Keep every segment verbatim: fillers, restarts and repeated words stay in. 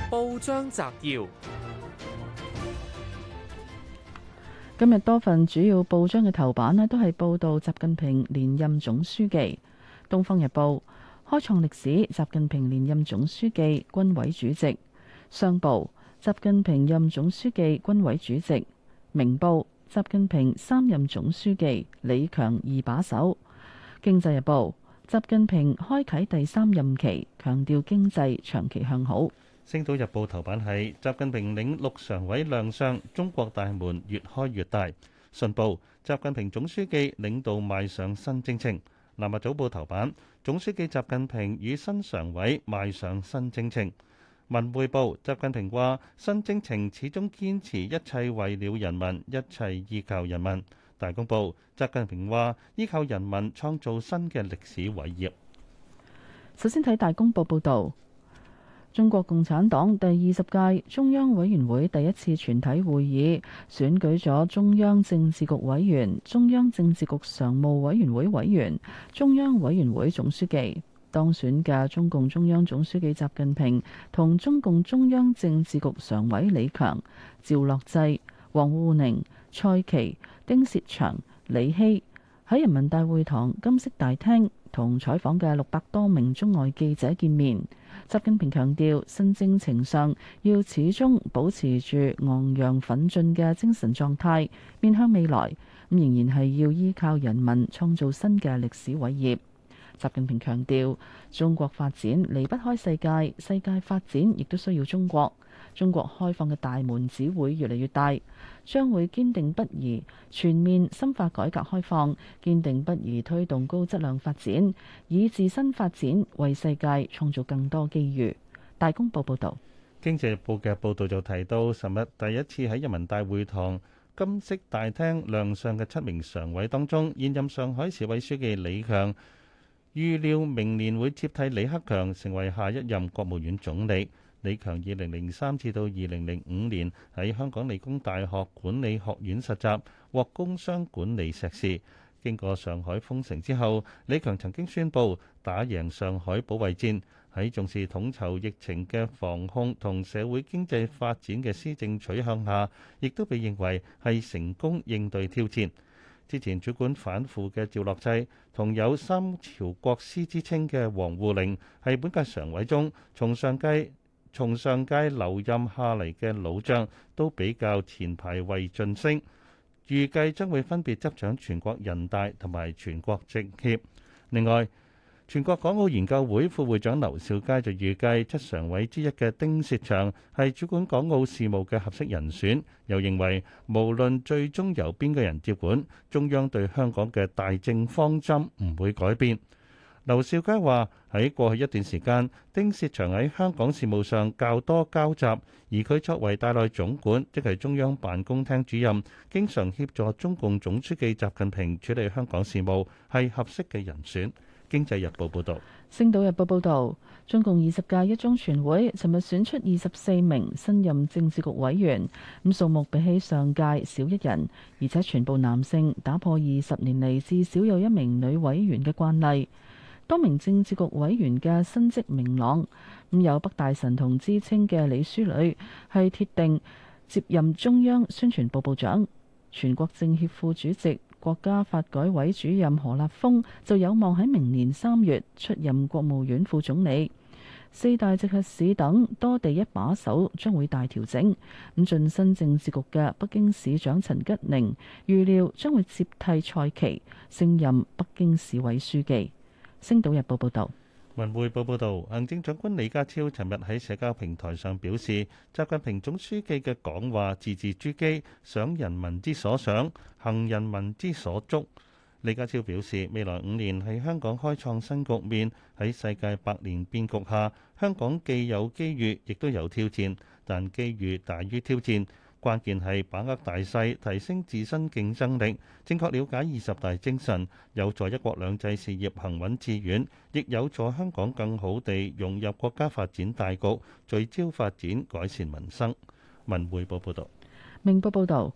報章摘要： 今日多份主要報章嘅頭版咧，都係報道習近平連任總書記。《東方日報》開創歷史，習近平連任總書記、軍委主席。商報習近平任總書記、軍委主席。明報習近平三任總書記，李強二把手。經濟日報習近平開啟第三任期，強調經濟長期向好。 星島日報頭版係習近平領六常委亮相，中國大門越開越大。信報習近平總書記領導邁上新征程。南華早報頭版總書記習近平與新常委邁上新征程。文匯報習近平話新征程始終堅持一切為了人民，一切依靠人民。大公報習近平話依靠人民創造新嘅歷史偉業。 首先睇大公報報導，中國共產黨第二十屆中央委員會第一次全體會議選舉咗中央政治局委員、中央政治局常務委員會委員、中央委員會總書記。當選嘅中共中央總書記習近平同中共中央政治局常委李強、趙樂際、王滬寧、蔡奇、丁薛祥、李希喺人民大會堂金色大廳同採訪嘅六百多名中外記者見面。習近平強調，新征程上要始終保持住昂揚奮進嘅精神狀態，面向未來，咁仍然係要依靠人民創造新嘅歷史偉業。習近平強調，中國發展離不開世界，世界發展亦都需要中國。中國開放嘅大門只會越嚟越大，將會堅定不移全面深化改革開放，堅定不移推動高質量發展，以自身發展為世界創造更多機遇。大公報報導， 《經濟日報》嘅報導就提到，尋日第一次喺人民大會堂金色大廳亮相嘅七名常委當中，現任上海市委書記李強預料明年會接替李克強成為下一任國務院總理。李強二零零三至到二零零五年喺香港理工大學管理學院實習，獲工商管理碩士。經過上海封城之後，李強曾經宣布打贏上海保衛戰，喺重視統籌疫情嘅防控同社會經濟發展嘅施政取向下，亦都被認為係成功應對挑戰。之前主管反腐嘅趙樂際同有三朝國師之稱嘅王滬寧係本屆常委中從上屆從上屆留任下嚟嘅老將，都比較前排位晉升，預計將會分別執掌全國人大同埋全國政協。另外，全國港澳研究會副會長劉兆佳就預計七常委之一嘅丁薛祥係主管港澳事務嘅合適人選，又認為無論最終由邊個人接管，中央對香港嘅大政方針唔會改變。劉兆佳話：喺過去一段時間，丁薛祥喺香港事務上較多交集，而佢作為大內總管，即係中央辦公廳主任，經常協助中共總書記習近平處理香港事務，係合適嘅人選。經濟日報報導， 星島日報報導，中共二十屆一中全會尋日選出二十四名新任政治局委員，咁數目比起上屆少一人，而且全部男性，打破二十年嚟至少有一名女委員嘅慣例。多名政治局委員嘅薪績明朗，咁有北大神童之稱嘅李書磊係鐵定接任中央宣傳部部長，全國政協副主席、國家發改委主任何立峰就有望喺明年三月出任國務院副總理。四大直轄市等多地一把手將會大調整，咁晉身政治局嘅北京市長陳吉寧預料將會接替蔡奇升任北京市委書記。星島日報報道。 文匯報報道，行政長官李家超尋日喺社交平台上表示，習近平總書記嘅講話字字珠璣，想人民之所想，行人民之所囑。李家超表示，未來五年係香港開創新局面，喺世界百年變局下，香港既有機遇，亦都有挑戰，但機遇大於挑戰。關鍵係把握大勢，提升自身競爭力，正確了解二十大精神，有助一國兩制事業行穩致遠，亦有助香港更好地融入國家發展大局，聚焦發展，改善民生。文匯報報道。 明報報道，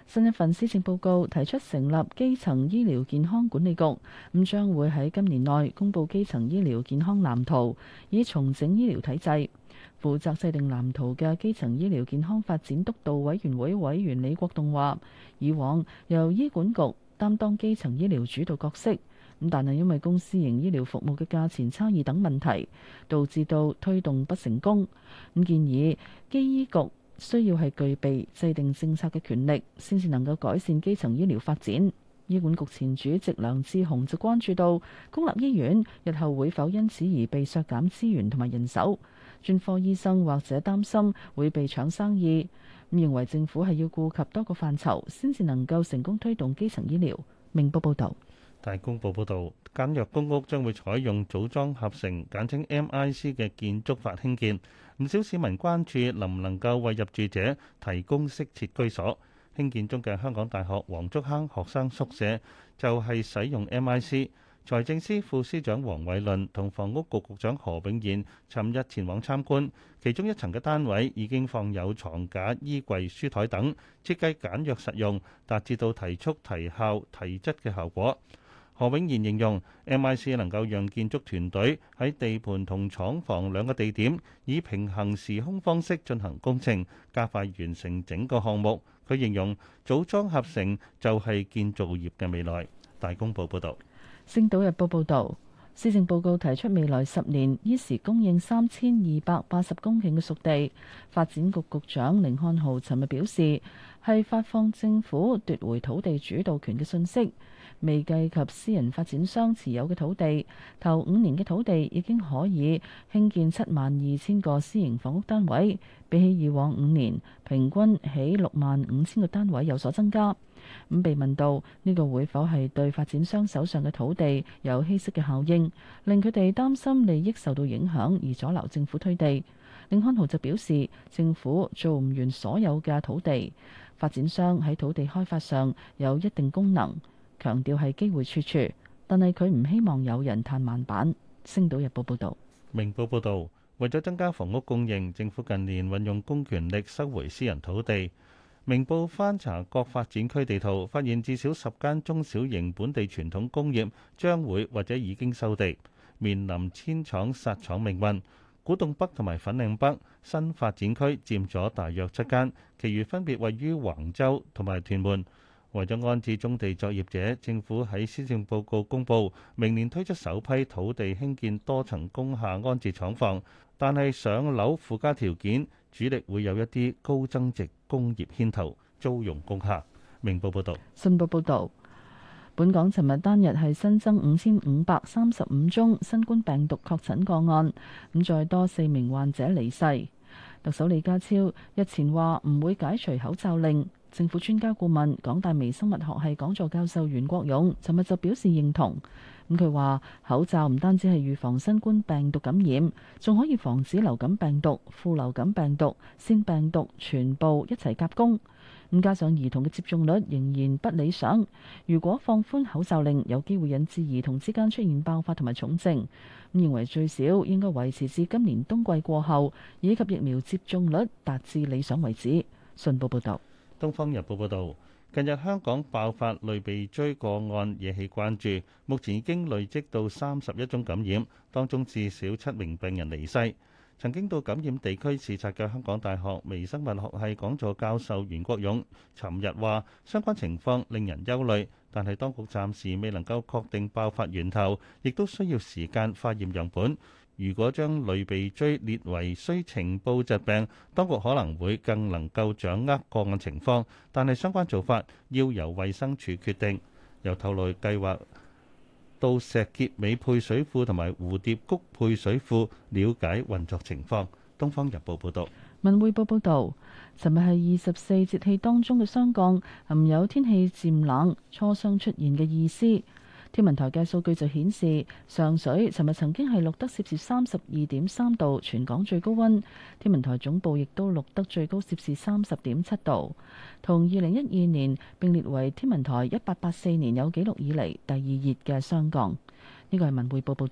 新一份施政報告提出成立基層醫療健康管理局，咁將會喺今年內公布基層醫療健康藍圖，以重整醫療體制。負責制定藍圖嘅基層醫療健康發展督導委員會委員李國棟話，以往由醫管局擔當基層醫療主導角色，咁但係因為公私營醫療服務嘅價錢差異等問題，導致到推動不成功。咁建議基醫局需要係具備制定政策嘅權力，先至能夠改善基層醫療發展。醫管局前主席梁志雄就關注到公立醫院日後會否因此而被削減資源同埋人手，專科醫生或者擔心會被搶生意。咁認為政府係要顧及多個範疇，先至能夠成功推動基層醫療。明報報道。 大公報報導，簡約公屋將會採用組裝合成，簡稱 M I C 嘅建築法興建。唔少市民關注能唔能夠為入住者提供適切居所。興建中嘅香港大學黃竹坑學生宿舍就係使用 M I C。財政司副司長黃偉綸同房屋局局長何永賢尋日前往參觀，其中一層嘅單位已經放有床架、衣櫃、書枱等，設計簡約實用，達至到提速、提效、提質嘅效果。何永賢形容 M I C 能夠讓建築團隊喺地盤同廠房兩個地點以平行時空方式進行工程，加快完成整個項目。佢形容組裝合成就係建造業嘅未來。大公報報導。 星島日報報導，施政報告提出未來十年依時供應三千二百八十公頃嘅熟地。發展局局長甯漢豪尋日表示，係發放政府奪回土地主導權嘅訊息。未計及私人發展商持有嘅土地，頭五年嘅土地已經可以興建七萬二千個私營房屋單位，比起以往五年平均起六萬五千個單位有所增加。咁被問到呢個會否係對發展商手上嘅土地有稀釋嘅效應，令佢哋擔心利益受到影響而阻撓政府推地，甯漢豪就表示，政府做唔完所有嘅土地，發展商喺土地開發上有一定功能。強調係機會處處，但係佢唔希望有人嘆慢板。星島日報報導。 明報報導，為咗增加房屋供應，政府近年運用公權力收回私人土地。明報翻查各發展區地圖，發現至少十間中小型本地傳統工業將會或者已經收地，面臨遷廠殺廠命運。古洞北同埋粉嶺北新發展區佔咗大約七間，其餘分別位於橫洲同埋屯門。為咗安置棕地作業者，政府喺施政報告公佈，明年推出首批土地興建多層工廈安置廠房，但係上樓附加條件，主力會有一啲高增值工業牽頭租用工廈。明報報導。 信報報導，本港尋日單日係新增五千五百三十五宗新冠病毒確診個案，咁再多四名患者離世。特首李家超日前話唔會解除口罩令。政府專家顧問、港大微生物學系講座教授袁國勇尋日就表示認同。咁佢話口罩唔單止係預防新冠病毒感染，仲可以防止流感病毒、副流感病毒、腺病毒全部一齊夾攻。咁加上兒童嘅接種率仍然不理想，如果放寬口罩令，有機會引致兒童之間出現爆發同埋重症。咁認為最少應該維持至今年冬季過後，以及疫苗接種率達至理想為止。信報報道。 《東方日報》報導，近日香港爆發類鼻疽個案，惹起關注。目前已經累積到三十一宗感染，當中至少七名病人離世。曾經到感染地區視察嘅香港大學微生物學系講座教授袁國勇，尋日話相關情況令人憂慮，但係當局暫時未能夠確定爆發源頭，亦都需要時間化驗樣本。如果將類鼻疽列為需呈報疾病，當局可能會更能夠掌握個案情況，但係相關做法要由衛生署決定。又透露計劃到石硤尾配水庫同埋蝴蝶谷配水庫了解運作情況。《東方日報》報道。 文匯報報道，尋日係二十四節氣當中嘅霜降，含有天氣漸冷、初霜出現嘅意思。天文台嘅數據就顯示，上水尋日曾經係錄得攝氏三十二點三度，全港最高溫。天文台總部亦都錄得最高攝氏三十點七度，同二零一二年並列為天文台一八八四年有紀錄以嚟第二熱嘅霜降。呢個係文匯報報導。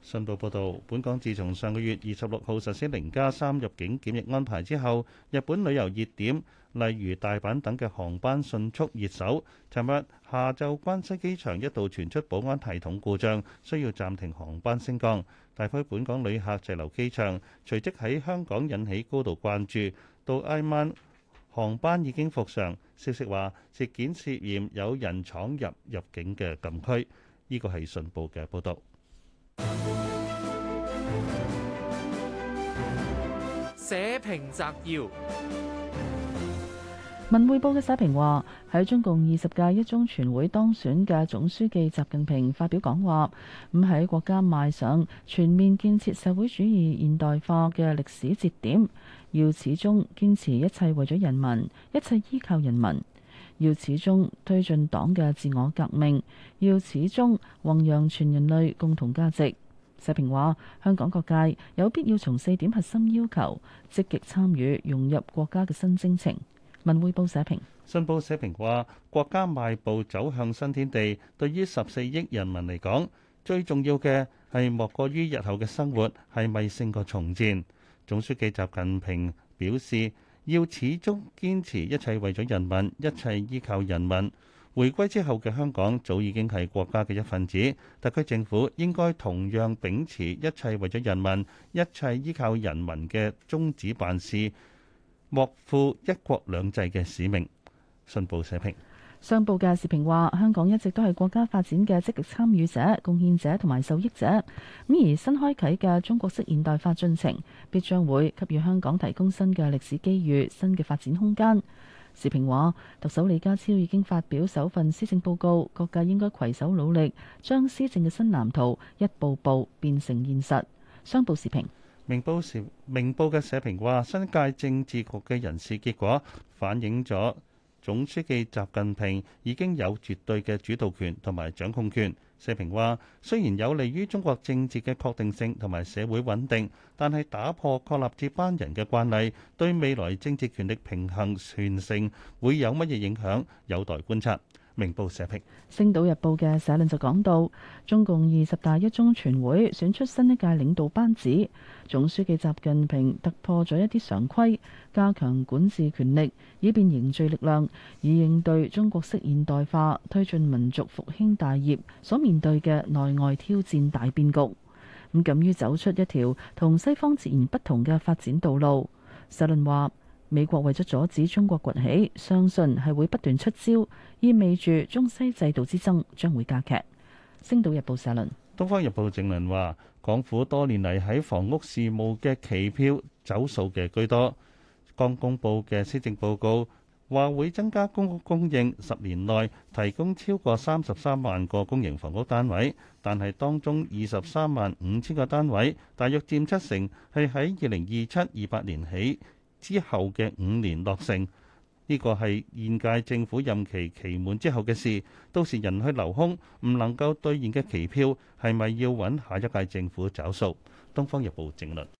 信報報導，本港自從上個月二十六號實施零加三入境檢疫安排之後，日本旅遊熱點，例如大阪等嘅航班迅速熱搜。尋日下晝，關西機場一度傳出保安系統故障，需要暫停航班升降，大批本港旅客滯留機場，隨即喺香港引起高度關注。到挨晚，航班已經復常。消息話，事件涉嫌有人闖入入境嘅禁區。呢個係信報嘅報導。 社評摘要： 文匯報嘅社評話，喺中共二十屆一中全會當選嘅總書記習近平發表講話，咁喺國家邁上全面建設社會主義現代化嘅歷史節點，要始終堅持一切為咗人民，一切依靠人民，要始終推進黨嘅自我革命，要始終弘揚全人類共同價值。社評話，香港各界有必要從四點核心要求積極參與融入國家嘅新征程。文匯報社評。 信報社評話，國家邁步走向新天地，對於十四億人民嚟講，最重要嘅係莫過於日後嘅生活係咪勝過重建。總書記習近平表示，要始終堅持一切為咗人民，一切依靠人民。回歸之後嘅香港早已經係國家嘅一份子，特區政府應該同樣秉持一切為咗人民，一切依靠人民嘅宗旨辦事，莫負一國兩制嘅使命。信報社評。 商報嘅時評話，香港一直都係國家發展嘅積極參與者、貢獻者同埋受益者。咁而新開啓嘅中國式現代化進程，必將會給予香港提供新嘅歷史機遇、新嘅發展空間。時評話，特首李家超已經發表首份施政報告，各界應該攜手努力，將施政嘅新藍圖一步步變成現實。商報時評。 明報時明報嘅社評話，新一屆政治局嘅人事結果反映咗總書記習近平已經有絕對嘅主導權同埋掌控權。社評話，雖然有利於中國政治嘅確定性同埋社會穩定，但係打破確立接班人嘅慣例，對未來政治權力平衡傳承會有乜嘢影響，有待觀察。明報社評。《 星島日報》嘅社論就講到，中共二十大一中全會選出新一屆領導班子，總書記習近平突破咗一啲常規，加強管治權力，以便凝聚力量，以應對中國式現代化、推進民族復興大業所面對嘅內外挑戰大變局。咁敢於走出一條同西方截然不同嘅發展道路。社論話，美國為咗阻止中國崛起，相信係會不斷出招，意味住中西制度之爭將會加劇。星島日報社論。 東方日報正論話，港府多年嚟喺房屋事務嘅期票走數嘅居多。剛公佈嘅施政報告話會增加公屋供應，十年內提供超過三十三萬個公營房屋單位，但係當中二十三萬五千個單位，大約佔七成，係喺二零二七、二八年起之後嘅五年落成。呢個係現屆政府任期期滿之後嘅事，到時人去樓空，唔能夠兌現嘅期票係咪要揾下一屆政府找數？《東方日報》正論。